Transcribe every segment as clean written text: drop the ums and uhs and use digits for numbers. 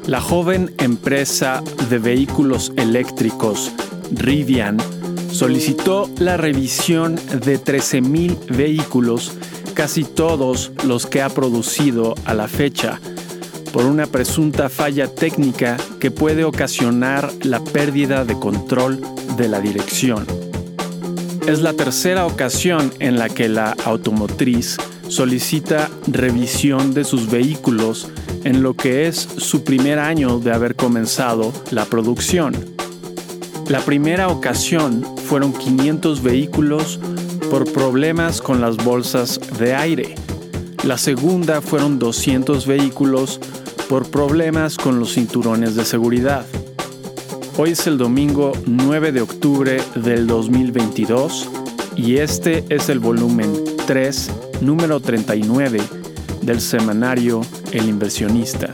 La joven empresa de vehículos eléctricos Rivian solicitó la revisión de 13,000 vehículos, casi todos los que ha producido a la fecha, por una presunta falla técnica que puede ocasionar la pérdida de control de la dirección. Es la tercera ocasión en la que la automotriz solicita revisión de sus vehículos en lo que es su primer año de haber comenzado la producción. La primera ocasión fueron 500 vehículos por problemas con las bolsas de aire. La segunda fueron 200 vehículos por problemas con los cinturones de seguridad. Hoy es el domingo 9 de octubre del 2022 y este es el volumen 3, número 39 del semanario El Inversionista.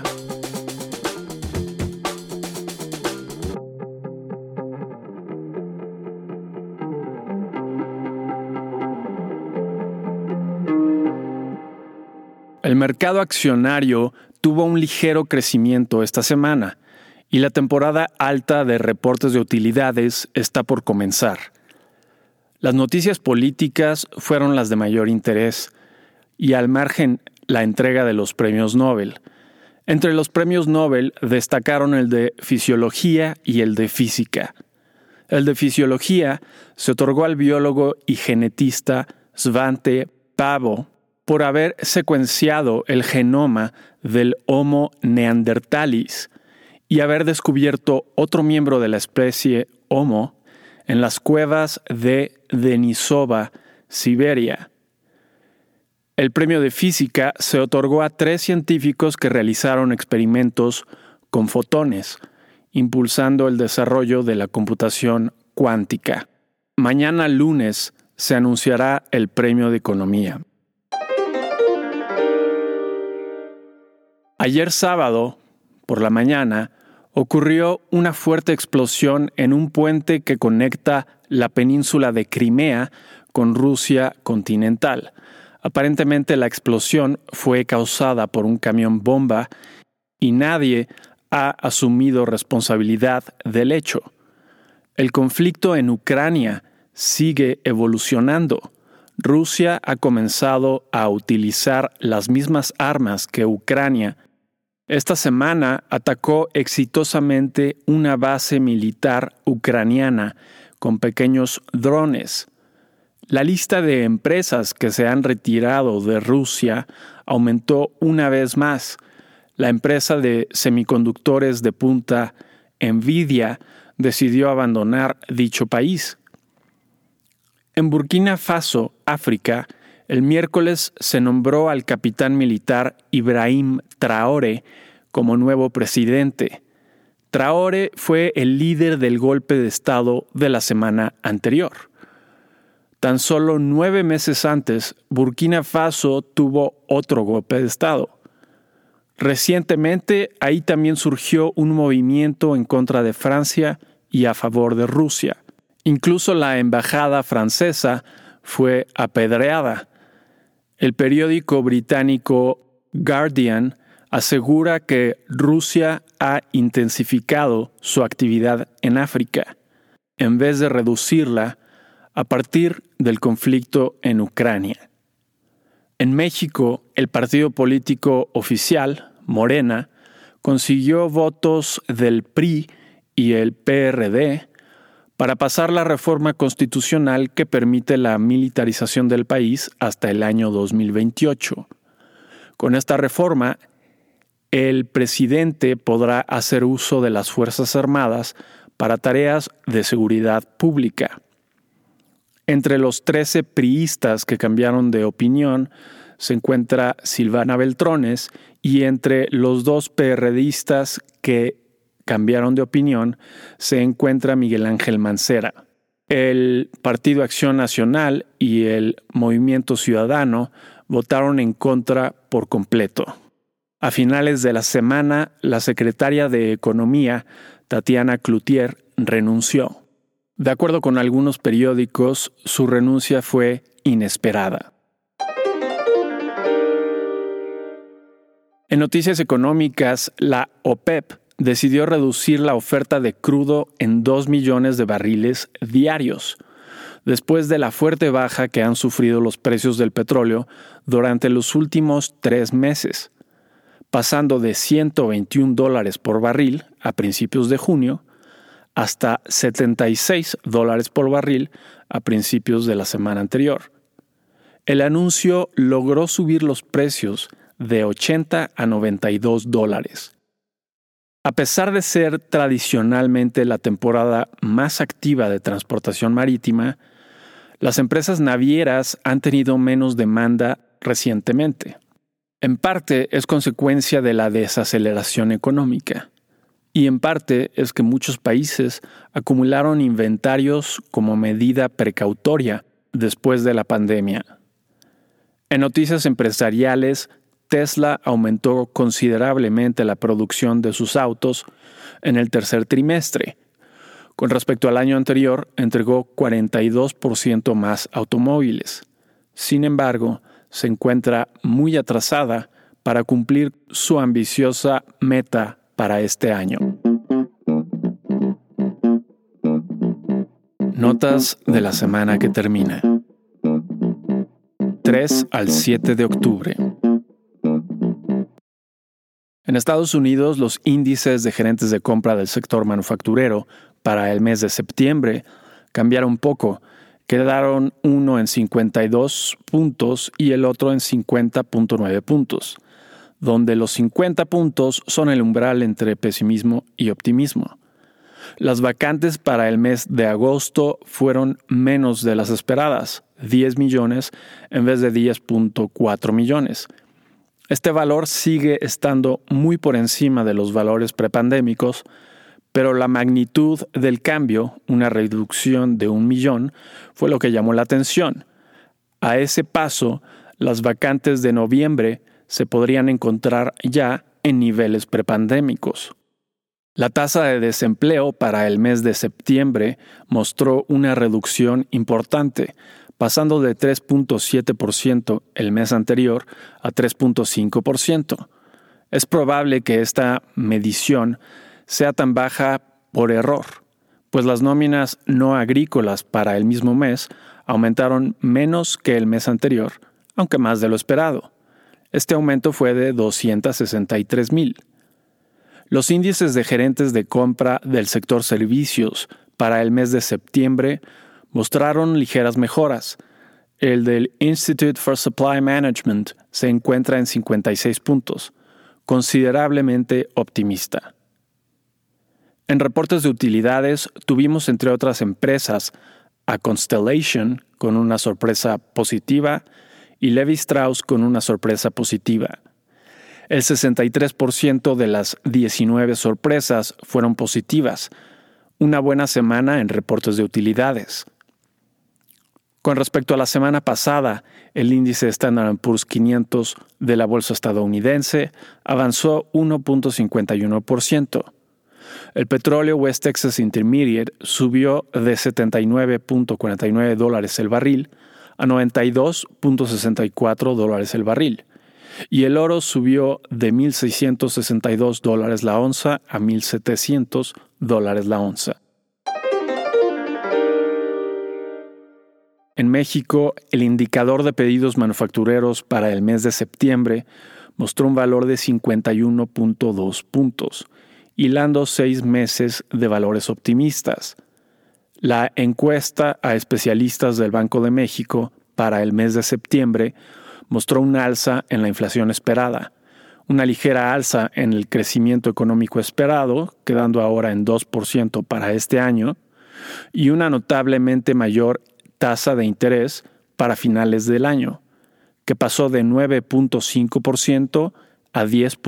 El mercado accionario tuvo un ligero crecimiento esta semana y la temporada alta de reportes de utilidades está por comenzar. Las noticias políticas fueron las de mayor interés y al margen la entrega de los premios Nobel. Entre los premios Nobel destacaron el de Fisiología y el de Física. El de Fisiología se otorgó al biólogo y genetista Svante Pääbo por haber secuenciado el genoma del Homo neanderthalis y haber descubierto otro miembro de la especie Homo en las cuevas de Denisova, Siberia. El premio de física se otorgó a 3 científicos que realizaron experimentos con fotones, impulsando el desarrollo de la computación cuántica. Mañana lunes se anunciará el premio de economía. Ayer sábado, por la mañana, ocurrió una fuerte explosión en un puente que conecta la península de Crimea con Rusia continental. Aparentemente la explosión fue causada por un camión bomba y nadie ha asumido responsabilidad del hecho. El conflicto en Ucrania sigue evolucionando. Rusia ha comenzado a utilizar las mismas armas que Ucrania. Esta semana atacó exitosamente una base militar ucraniana con pequeños drones. La lista de empresas que se han retirado de Rusia aumentó una vez más. La empresa de semiconductores de punta Nvidia decidió abandonar dicho país. En Burkina Faso, África, el miércoles se nombró al capitán militar Ibrahim Traoré como nuevo presidente. Traoré fue el líder del golpe de Estado de la semana anterior. Tan solo 9 meses antes, Burkina Faso tuvo otro golpe de Estado. Recientemente, ahí también surgió un movimiento en contra de Francia y a favor de Rusia. Incluso la embajada francesa fue apedreada. El periódico británico Guardian asegura que Rusia ha intensificado su actividad en África, en vez de reducirla a partir del conflicto en Ucrania. En México, el partido político oficial, Morena, consiguió votos del PRI y el PRD para pasar la reforma constitucional que permite la militarización del país hasta el año 2028. Con esta reforma, el presidente podrá hacer uso de las Fuerzas Armadas para tareas de seguridad pública. Entre los 13 priistas que cambiaron de opinión se encuentra Silvana Beltrones y entre los 2 PRDistas que cambiaron de opinión se encuentra Miguel Ángel Mancera. El Partido Acción Nacional y el Movimiento Ciudadano votaron en contra por completo. A finales de la semana, la secretaria de Economía, Tatiana Cloutier, renunció. De acuerdo con algunos periódicos, su renuncia fue inesperada. En noticias económicas, la OPEP decidió reducir la oferta de crudo en 2 millones de barriles diarios, después de la fuerte baja que han sufrido los precios del petróleo durante los últimos 3 meses, pasando de $121 por barril a principios de junio hasta $76 por barril a principios de la semana anterior. El anuncio logró subir los precios de $80 a $92. A pesar de ser tradicionalmente la temporada más activa de transportación marítima, las empresas navieras han tenido menos demanda recientemente. En parte es consecuencia de la desaceleración económica, y en parte es que muchos países acumularon inventarios como medida precautoria después de la pandemia. En noticias empresariales, Tesla aumentó considerablemente la producción de sus autos en el tercer trimestre. Con respecto al año anterior, entregó 42% más automóviles. Sin embargo, se encuentra muy atrasada para cumplir su ambiciosa meta para este año. Notas de la semana que termina. 3 al 7 de octubre. En Estados Unidos, los índices de gerentes de compra del sector manufacturero para el mes de septiembre cambiaron poco. Quedaron uno en 52 puntos y el otro en 50.9 puntos, donde los 50 puntos son el umbral entre pesimismo y optimismo. Las vacantes para el mes de agosto fueron menos de las esperadas, 10 millones en vez de 10.4 millones. Este valor sigue estando muy por encima de los valores prepandémicos, pero la magnitud del cambio, una reducción de 1 millón, fue lo que llamó la atención. A ese paso, las vacantes de noviembre se podrían encontrar ya en niveles prepandémicos. La tasa de desempleo para el mes de septiembre mostró una reducción importante, pasando de 3.7% el mes anterior a 3.5%. Es probable que esta medición sea tan baja por error, pues las nóminas no agrícolas para el mismo mes aumentaron menos que el mes anterior, aunque más de lo esperado. Este aumento fue de 263,000. Los índices de gerentes de compra del sector servicios para el mes de septiembre mostraron ligeras mejoras. El del Institute for Supply Management se encuentra en 56 puntos, considerablemente optimista. En reportes de utilidades tuvimos entre otras empresas a Constellation con una sorpresa positiva y Levi Strauss con una sorpresa positiva. El 63% de las 19 sorpresas fueron positivas, una buena semana en reportes de utilidades. Con respecto a la semana pasada, el índice Standard & Poor's 500 de la bolsa estadounidense avanzó 1.51%. El petróleo West Texas Intermediate subió de $79.49 el barril a $92.64 el barril, y el oro subió de $1,662 la onza a $1,700 la onza. En México, el indicador de pedidos manufactureros para el mes de septiembre mostró un valor de 51.2 puntos, hilando 6 meses de valores optimistas. La encuesta a especialistas del Banco de México para el mes de septiembre mostró un alza en la inflación esperada, una ligera alza en el crecimiento económico esperado, quedando ahora en 2% para este año, y una notablemente mayor tasa de interés para finales del año, que pasó de 9.5% a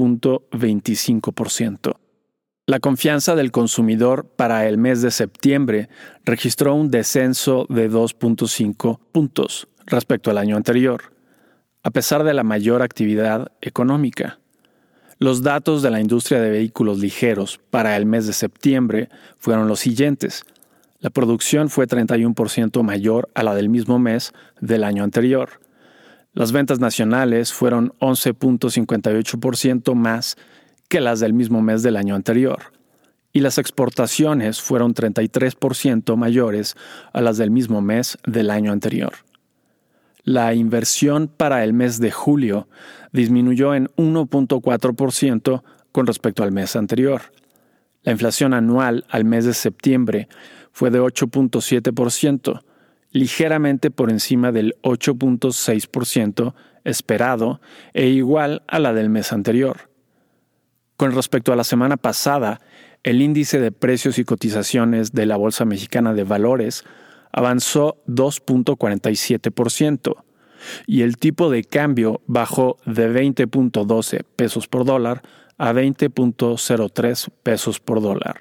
10.25%. La confianza del consumidor para el mes de septiembre registró un descenso de 2.5 puntos respecto al año anterior, a pesar de la mayor actividad económica. Los datos de la industria de vehículos ligeros para el mes de septiembre fueron los siguientes. La producción fue 31% mayor a la del mismo mes del año anterior. Las ventas nacionales fueron 11.58% más que las del mismo mes del año anterior, y las exportaciones fueron 33% mayores a las del mismo mes del año anterior. La inversión para el mes de julio disminuyó en 1.4% con respecto al mes anterior. La inflación anual al mes de septiembre fue de 8.7%, ligeramente por encima del 8.6% esperado e igual a la del mes anterior. Con respecto a la semana pasada, el índice de precios y cotizaciones de la Bolsa Mexicana de Valores avanzó 2.47% y el tipo de cambio bajó de 20.12 pesos por dólar a 20.03 pesos por dólar.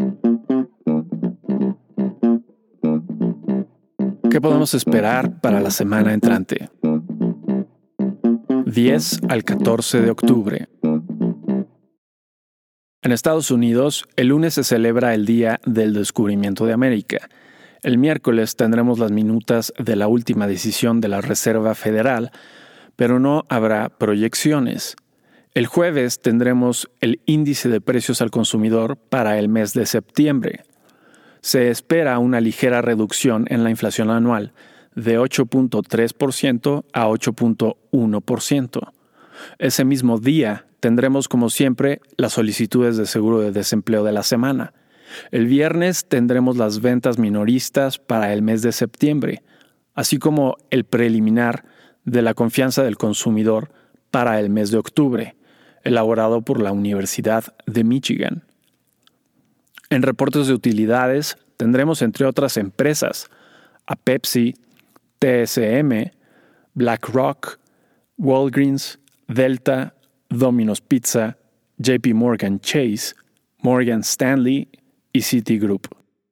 ¿Qué podemos esperar para la semana entrante? 10 al 14 de octubre. En Estados Unidos, el lunes se celebra el Día del Descubrimiento de América. El miércoles tendremos las minutas de la última decisión de la Reserva Federal, pero no habrá proyecciones. El jueves tendremos el índice de precios al consumidor para el mes de septiembre. Se espera una ligera reducción en la inflación anual de 8.3% a 8.1%. Ese mismo día tendremos, como siempre, las solicitudes de seguro de desempleo de la semana. El viernes tendremos las ventas minoristas para el mes de septiembre, así como el preliminar de la confianza del consumidor para el mes de octubre, elaborado por la Universidad de Michigan. En reportes de utilidades tendremos, entre otras empresas, a Pepsi, TSM, BlackRock, Walgreens, Delta, Domino's Pizza, JP Morgan Chase, Morgan Stanley y Citigroup.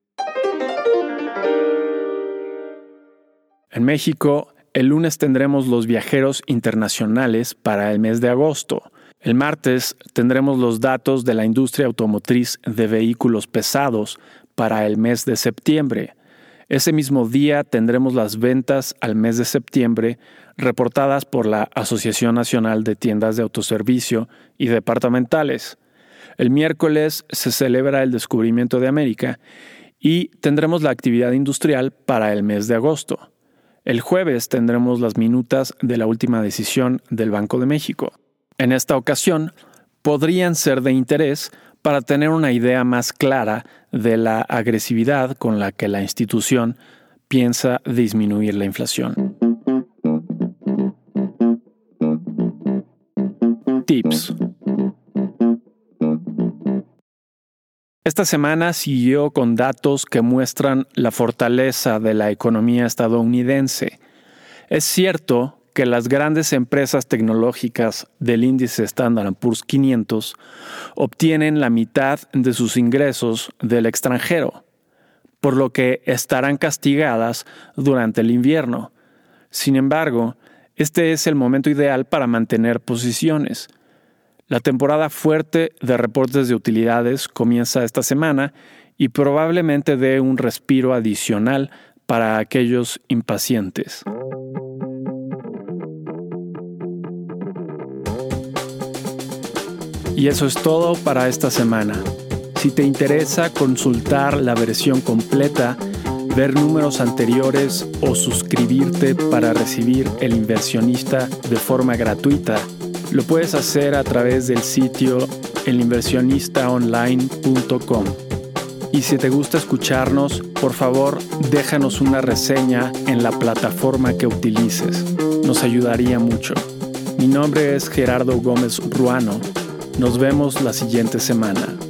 En México, el lunes tendremos los viajeros internacionales para el mes de agosto. El martes tendremos los datos de la industria automotriz de vehículos pesados para el mes de septiembre. Ese mismo día tendremos las ventas al mes de septiembre reportadas por la Asociación Nacional de Tiendas de Autoservicio y Departamentales. El miércoles se celebra el Descubrimiento de América y tendremos la actividad industrial para el mes de agosto. El jueves tendremos las minutas de la última decisión del Banco de México. En esta ocasión, podrían ser de interés para tener una idea más clara de la agresividad con la que la institución piensa disminuir la inflación. Tips. Esta semana siguió con datos que muestran la fortaleza de la economía estadounidense. Es cierto que las grandes empresas tecnológicas del índice Standard & Poor's 500 obtienen la mitad de sus ingresos del extranjero, por lo que estarán castigadas durante el invierno. Sin embargo, este es el momento ideal para mantener posiciones. La temporada fuerte de reportes de utilidades comienza esta semana y probablemente dé un respiro adicional para aquellos impacientes. Y eso es todo para esta semana. Si te interesa consultar la versión completa, ver números anteriores o suscribirte para recibir El Inversionista de forma gratuita, lo puedes hacer a través del sitio elinversionistaonline.com. Y si te gusta escucharnos, por favor, déjanos una reseña en la plataforma que utilices. Nos ayudaría mucho. Mi nombre es Gerardo Gómez Ruano. Nos vemos la siguiente semana.